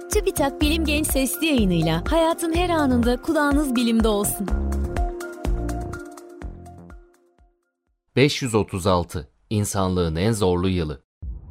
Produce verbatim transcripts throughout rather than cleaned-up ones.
TÜBİTAK Bilim Genç Sesli Yayınıyla hayatın her anında kulağınız bilimde olsun. beş yüz otuz altı. İnsanlığın en zorlu yılı.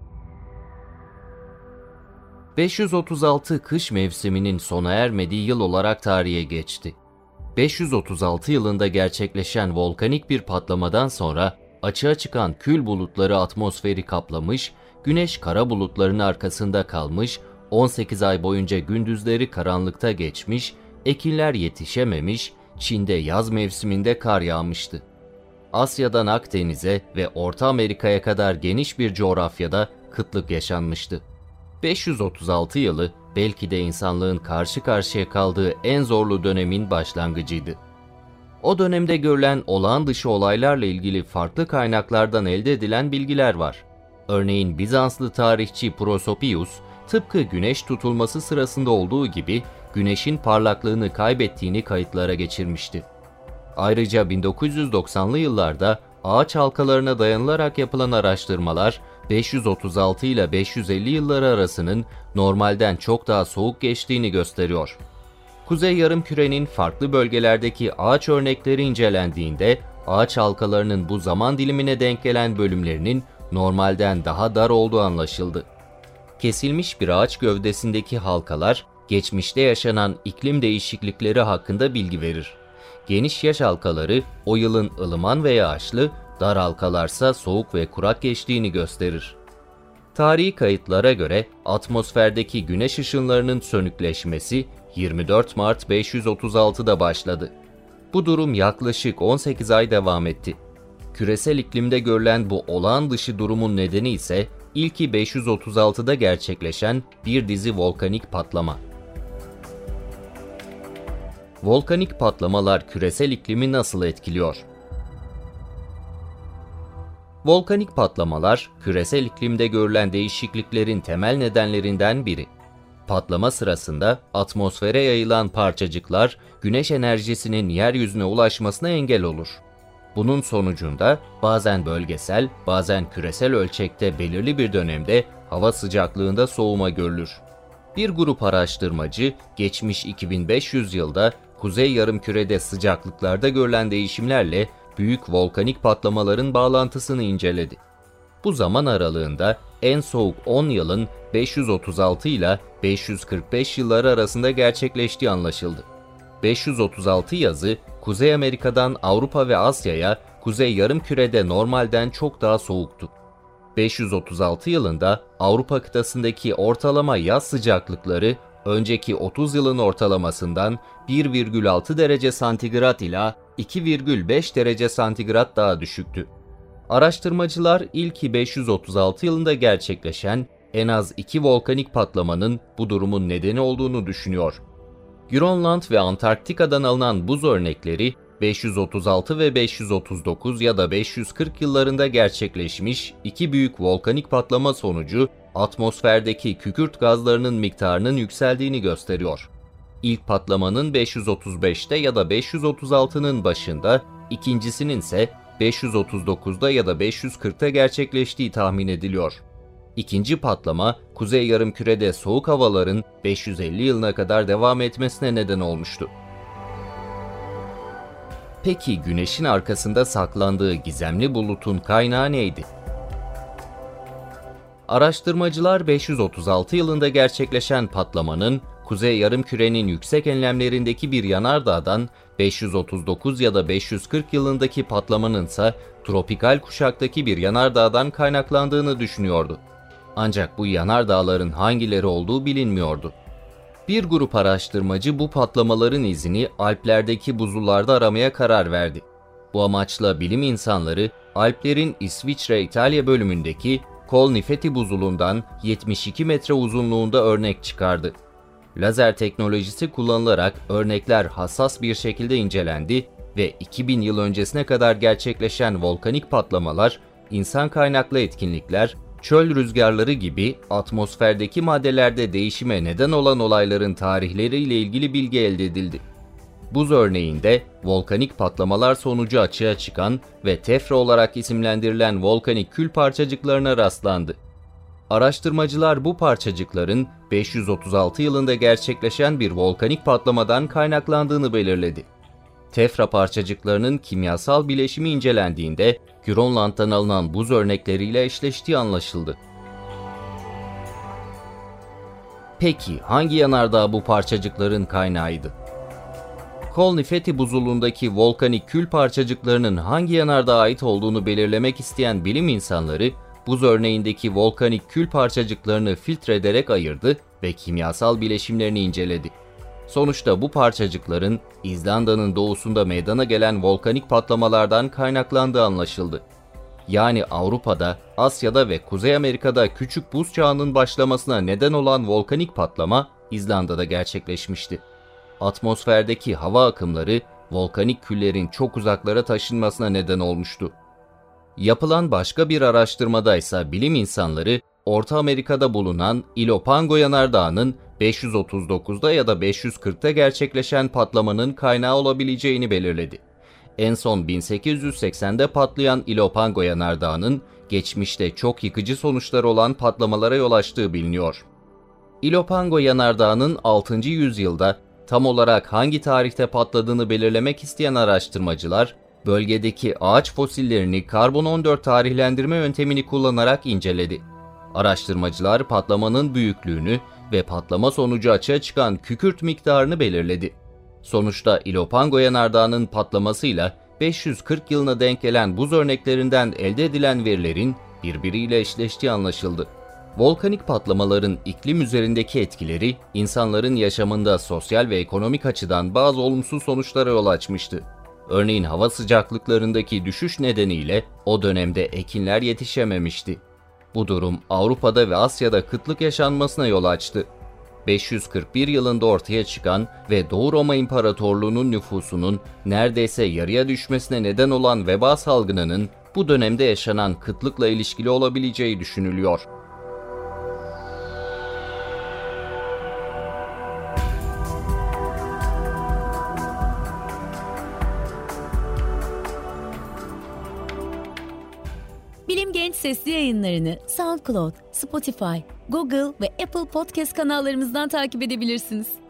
beş yüz otuz altı kış mevsiminin sona ermediği yıl olarak tarihe geçti. beş yüz otuz altı yılında gerçekleşen volkanik bir patlamadan sonra açığa çıkan kül bulutları atmosferi kaplamış, güneş kara bulutların arkasında kalmış, on sekiz ay boyunca gündüzleri karanlıkta geçmiş, ekinler yetişememiş, Çin'de yaz mevsiminde kar yağmıştı. Asya'dan Akdeniz'e ve Orta Amerika'ya kadar geniş bir coğrafyada kıtlık yaşanmıştı. beş yüz otuz altı yılı belki de insanlığın karşı karşıya kaldığı en zorlu dönemin başlangıcıydı. O dönemde görülen olağan dışı olaylarla ilgili farklı kaynaklardan elde edilen bilgiler var. Örneğin Bizanslı tarihçi Prosopius, tıpkı güneş tutulması sırasında olduğu gibi güneşin parlaklığını kaybettiğini kayıtlara geçirmişti. Ayrıca bin dokuz yüz doksanlı yıllarda ağaç halkalarına dayanılarak yapılan araştırmalar beş yüz otuz altı ile beş yüz elli yılları arasının normalden çok daha soğuk geçtiğini gösteriyor. Kuzey Yarımküre'nin farklı bölgelerdeki ağaç örnekleri incelendiğinde ağaç halkalarının bu zaman dilimine denk gelen bölümlerinin normalden daha dar olduğu anlaşıldı. Kesilmiş bir ağaç gövdesindeki halkalar geçmişte yaşanan iklim değişiklikleri hakkında bilgi verir. Geniş yaş halkaları o yılın ılıman ve yağışlı, dar halkalarsa soğuk ve kurak geçtiğini gösterir. Tarihi kayıtlara göre atmosferdeki güneş ışınlarının sönükleşmesi yirmi dört Mart beş yüz otuz altıda başladı. Bu durum yaklaşık on sekiz ay devam etti. Küresel iklimde görülen bu olağan dışı durumun nedeni ise ilki beş yüz otuz altıda gerçekleşen bir dizi volkanik patlama. Volkanik patlamalar küresel iklimi nasıl etkiliyor? Volkanik patlamalar, küresel iklimde görülen değişikliklerin temel nedenlerinden biri. Patlama sırasında atmosfere yayılan parçacıklar, güneş enerjisinin yeryüzüne ulaşmasına engel olur. Bunun sonucunda bazen bölgesel, bazen küresel ölçekte belirli bir dönemde hava sıcaklığında soğuma görülür. Bir grup araştırmacı, geçmiş iki bin beş yüz yılda Kuzey Yarımküre'de sıcaklıklarda görülen değişimlerle büyük volkanik patlamaların bağlantısını inceledi. Bu zaman aralığında en soğuk on yılın beş yüz otuz altı ile beş yüz kırk beş yılları arasında gerçekleştiği anlaşıldı. beş yüz otuz altı yazı, Kuzey Amerika'dan Avrupa ve Asya'ya, Kuzey Yarımküre'de normalden çok daha soğuktu. beş yüz otuz altı yılında Avrupa kıtasındaki ortalama yaz sıcaklıkları önceki otuz yılın ortalamasından bir virgül altı derece santigrat ila iki virgül beş derece santigrat daha düşüktü. Araştırmacılar ilki beş yüz otuz altı yılında gerçekleşen en az iki volkanik patlamanın bu durumun nedeni olduğunu düşünüyor. Grönland ve Antarktika'dan alınan buz örnekleri beş yüz otuz altı ve beş yüz otuz dokuz ya da beş yüz kırk yıllarında gerçekleşmiş iki büyük volkanik patlama sonucu atmosferdeki kükürt gazlarının miktarının yükseldiğini gösteriyor. İlk patlamanın beş yüz otuz beşte ya da beş yüz otuz altının başında, ikincisinin ise beş yüz otuz dokuzda ya da beş yüz kırkta gerçekleştiği tahmin ediliyor. İkinci patlama, Kuzey Yarımküre'de soğuk havaların beş yüz elli yılına kadar devam etmesine neden olmuştu. Peki Güneş'in arkasında saklandığı gizemli bulutun kaynağı neydi? Araştırmacılar beş yüz otuz altı yılında gerçekleşen patlamanın Kuzey Yarımküre'nin yüksek enlemlerindeki bir yanardağdan, beş yüz otuz dokuz ya da beş yüz kırk yılındaki patlamanın ise tropikal kuşaktaki bir yanardağdan kaynaklandığını düşünüyordu. Ancak bu yanardağların hangileri olduğu bilinmiyordu. Bir grup araştırmacı bu patlamaların izini Alplerdeki buzullarda aramaya karar verdi. Bu amaçla bilim insanları Alplerin İsviçre-İtalya bölümündeki Colnifeti buzulundan yetmiş iki metre uzunluğunda örnek çıkardı. Lazer teknolojisi kullanılarak örnekler hassas bir şekilde incelendi ve iki bin yıl öncesine kadar gerçekleşen volkanik patlamalar, insan kaynaklı etkinlikler, çöl rüzgarları gibi atmosferdeki maddelerde değişime neden olan olayların tarihleriyle ilgili bilgi elde edildi. Buz örneğinde volkanik patlamalar sonucu açığa çıkan ve tefra olarak isimlendirilen volkanik kül parçacıklarına rastlandı. Araştırmacılar bu parçacıkların beş yüz otuz altı yılında gerçekleşen bir volkanik patlamadan kaynaklandığını belirledi. Tefra parçacıklarının kimyasal bileşimi incelendiğinde Grönland'dan alınan buz örnekleriyle eşleştiği anlaşıldı. Peki hangi yanardağ bu parçacıkların kaynağıydı? Kolnifeti buzulundaki volkanik kül parçacıklarının hangi yanardağa ait olduğunu belirlemek isteyen bilim insanları, buz örneğindeki volkanik kül parçacıklarını filtre ederek ayırdı ve kimyasal bileşimlerini inceledi. Sonuçta bu parçacıkların İzlanda'nın doğusunda meydana gelen volkanik patlamalardan kaynaklandığı anlaşıldı. Yani Avrupa'da, Asya'da ve Kuzey Amerika'da küçük buz çağının başlamasına neden olan volkanik patlama İzlanda'da gerçekleşmişti. Atmosferdeki hava akımları volkanik küllerin çok uzaklara taşınmasına neden olmuştu. Yapılan başka bir araştırmada ise bilim insanları Orta Amerika'da bulunan Ilopango yanardağının beş yüz otuz dokuzda ya da beş yüz kırkta gerçekleşen patlamanın kaynağı olabileceğini belirledi. En son bin sekiz yüz seksende patlayan Ilopango yanardağının geçmişte çok yıkıcı sonuçları olan patlamalara yol açtığı biliniyor. Ilopango yanardağının altıncı yüzyılda tam olarak hangi tarihte patladığını belirlemek isteyen araştırmacılar, bölgedeki ağaç fosillerini karbon on dört tarihlendirme yöntemini kullanarak inceledi. Araştırmacılar patlamanın büyüklüğünü ve patlama sonucu açığa çıkan kükürt miktarını belirledi. Sonuçta Ilopango yanardağının patlamasıyla beş yüz kırk yılına denk gelen buz örneklerinden elde edilen verilerin birbiriyle eşleştiği anlaşıldı. Volkanik patlamaların iklim üzerindeki etkileri, insanların yaşamında sosyal ve ekonomik açıdan bazı olumsuz sonuçlara yol açmıştı. Örneğin hava sıcaklıklarındaki düşüş nedeniyle o dönemde ekinler yetişememişti. Bu durum Avrupa'da ve Asya'da kıtlık yaşanmasına yol açtı. beş yüz kırk bir yılında ortaya çıkan ve Doğu Roma İmparatorluğu'nun nüfusunun neredeyse yarıya düşmesine neden olan veba salgınının bu dönemde yaşanan kıtlıkla ilişkili olabileceği düşünülüyor. Bilim Genç sesli yayınlarını SoundCloud, Spotify, Google ve Apple Podcast kanallarımızdan takip edebilirsiniz.